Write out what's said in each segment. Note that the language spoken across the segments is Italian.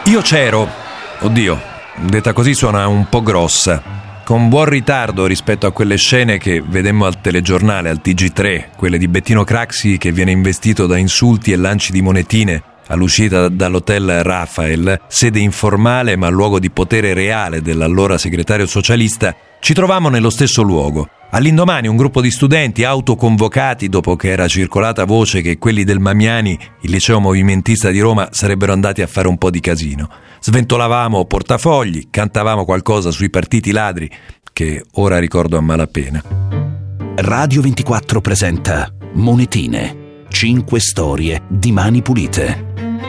Io c'ero, oddio, detta così suona un po' grossa, con buon ritardo rispetto a quelle scene che vedemmo al telegiornale, al TG3, quelle di Bettino Craxi che viene investito da insulti e lanci di monetine all'uscita dall'hotel Rafael, sede informale ma luogo di potere reale dell'allora segretario socialista. Ci trovammo nello stesso luogo. All'indomani un gruppo di studenti autoconvocati, dopo che era circolata voce che quelli del Mamiani, il liceo movimentista di Roma, sarebbero andati a fare un po' di casino. Sventolavamo portafogli, cantavamo qualcosa sui partiti ladri, che ora ricordo a malapena. Radio 24 presenta Monetine, 5 storie di mani pulite.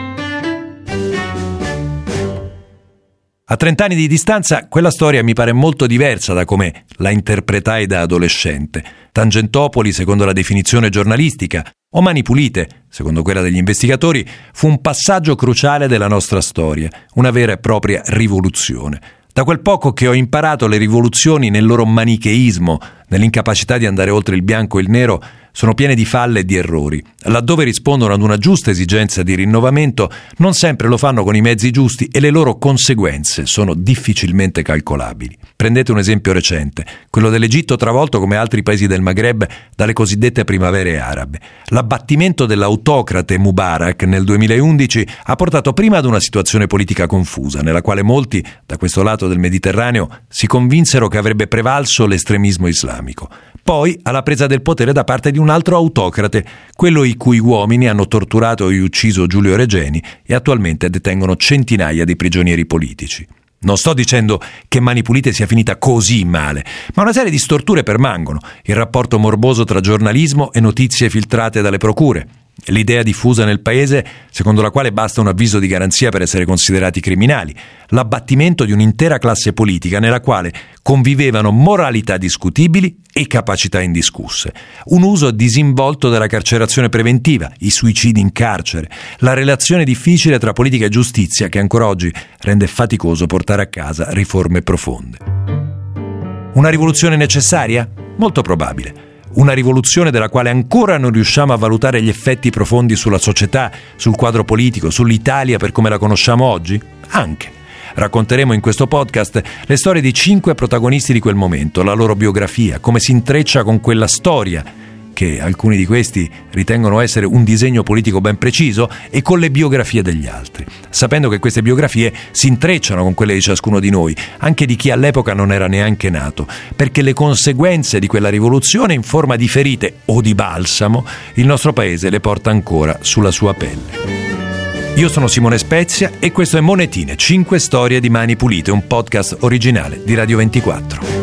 A 30 anni di distanza, quella storia mi pare molto diversa da come la interpretai da adolescente. Tangentopoli, secondo la definizione giornalistica, o Mani Pulite, secondo quella degli investigatori, fu un passaggio cruciale della nostra storia, una vera e propria rivoluzione. Da quel poco che ho imparato, le rivoluzioni nel loro manicheismo, nell'incapacità di andare oltre il bianco e il nero, sono piene di falle e di errori. Laddove rispondono ad una giusta esigenza di rinnovamento, non sempre lo fanno con i mezzi giusti e le loro conseguenze sono difficilmente calcolabili. Prendete un esempio recente, quello dell'Egitto travolto come altri paesi del Maghreb dalle cosiddette primavere arabe. L'abbattimento dell'autocrate Mubarak nel 2011 ha portato prima ad una situazione politica confusa, nella quale molti, da questo lato del Mediterraneo, si convinsero che avrebbe prevalso l'estremismo islamico. Poi alla presa del potere da parte di un altro autocrate, quello i cui uomini hanno torturato e ucciso Giulio Regeni e attualmente detengono centinaia di prigionieri politici. Non sto dicendo che Mani Pulite sia finita così male, ma una serie di storture permangono. Il rapporto morboso tra giornalismo e notizie filtrate dalle procure. L'idea diffusa nel paese secondo la quale basta un avviso di garanzia per essere considerati criminali, l'abbattimento di un'intera classe politica nella quale convivevano moralità discutibili e capacità indiscusse, un uso disinvolto della carcerazione preventiva, i suicidi in carcere, la relazione difficile tra politica e giustizia che ancora oggi rende faticoso portare a casa riforme profonde. Una rivoluzione necessaria? Molto probabile. Una rivoluzione della quale ancora non riusciamo a valutare gli effetti profondi sulla società, sul quadro politico, sull'Italia per come la conosciamo oggi? Anche. Racconteremo in questo podcast le storie di 5 protagonisti di quel momento, la loro biografia, come si intreccia con quella storia, che alcuni di questi ritengono essere un disegno politico ben preciso, e con le biografie degli altri, sapendo che queste biografie si intrecciano con quelle di ciascuno di noi, anche di chi all'epoca non era neanche nato, perché le conseguenze di quella rivoluzione in forma di ferite o di balsamo il nostro paese le porta ancora sulla sua pelle. Io sono Simone Spezia e questo è Monetine, 5 storie di mani pulite, un podcast originale di Radio 24.